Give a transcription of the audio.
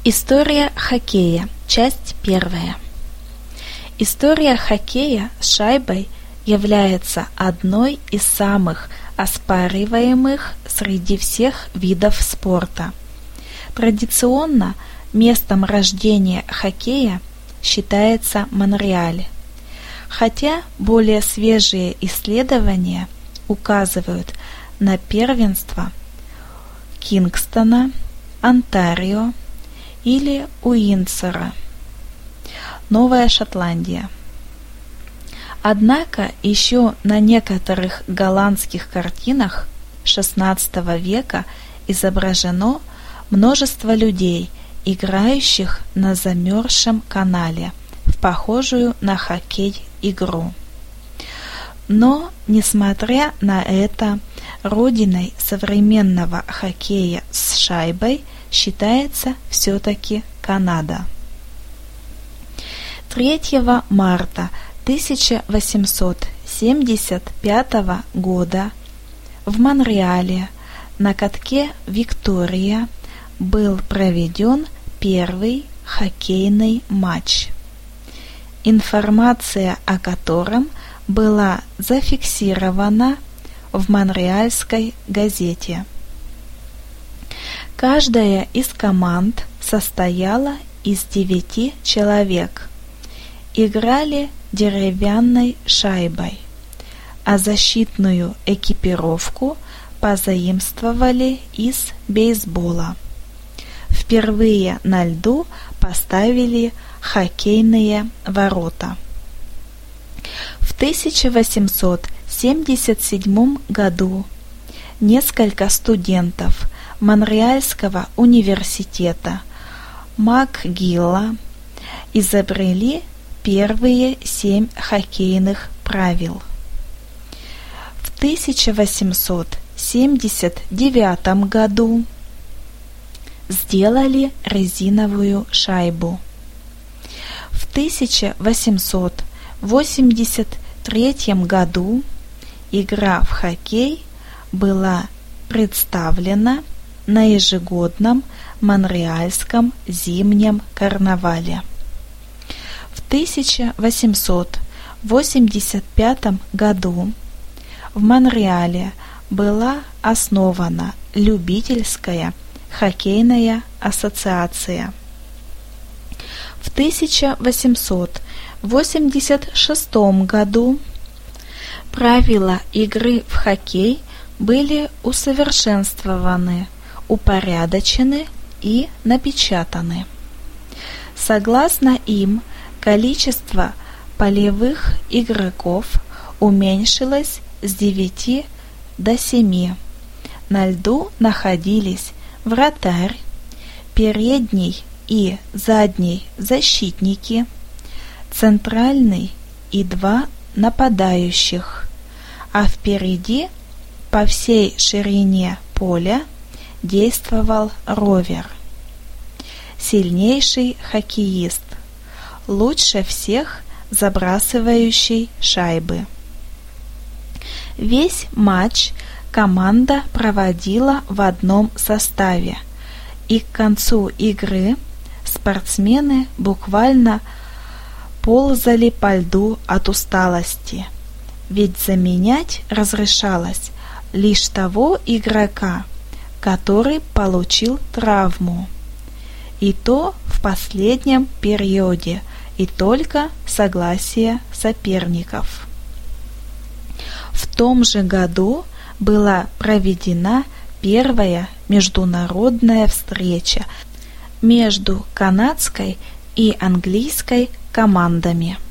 История хоккея. Часть 1. История хоккея с шайбой является одной из самых оспариваемых среди всех видов спорта. Традиционно местом рождения хоккея считается Монреаль, хотя более свежие исследования указывают на первенство Кингстона, Онтарио или Уиндсора, Новая Шотландия. Однако еще на некоторых голландских картинах XVI века изображено множество людей, играющих на замерзшем канале в похожую на хоккей игру. Но, несмотря на это, родиной современного хоккея с шайбой считается все-таки Канада. 3 марта 1875 года в Монреале на катке Виктория был проведен первый хоккейный матч, информация о котором была зафиксирована в Монреальской газете. Каждая из команд состояла из 9 человек. Играли деревянной шайбой, а защитную экипировку позаимствовали из бейсбола. Впервые на льду поставили хоккейные ворота. В 1877 году несколько студентов Монреальского университета МакГилла изобрели первые 7 хоккейных правил. В 1879 году сделали резиновую шайбу. В 1883 году игра в хоккей была представлена на ежегодном Монреальском зимнем карнавале. В 1885 году в Монреале была основана любительская хоккейная ассоциация. В 1886 году правила игры в хоккей были усовершенствованы, упорядочены и напечатаны. Согласно им, количество полевых игроков уменьшилось с 9 до 7. На льду находились вратарь, передний и задний защитники, центральный и 2 нападающих, а впереди по всей ширине поля действовал ровер. Сильнейший хоккеист, лучше всех забрасывающий шайбы. Весь матч команда проводила в одном составе, и к концу игры спортсмены буквально ползали по льду от усталости, ведь заменять разрешалось лишь того игрока, который получил травму, и то в последнем периоде, и только согласие соперников. В том же году была проведена первая международная встреча между канадской и английской командами.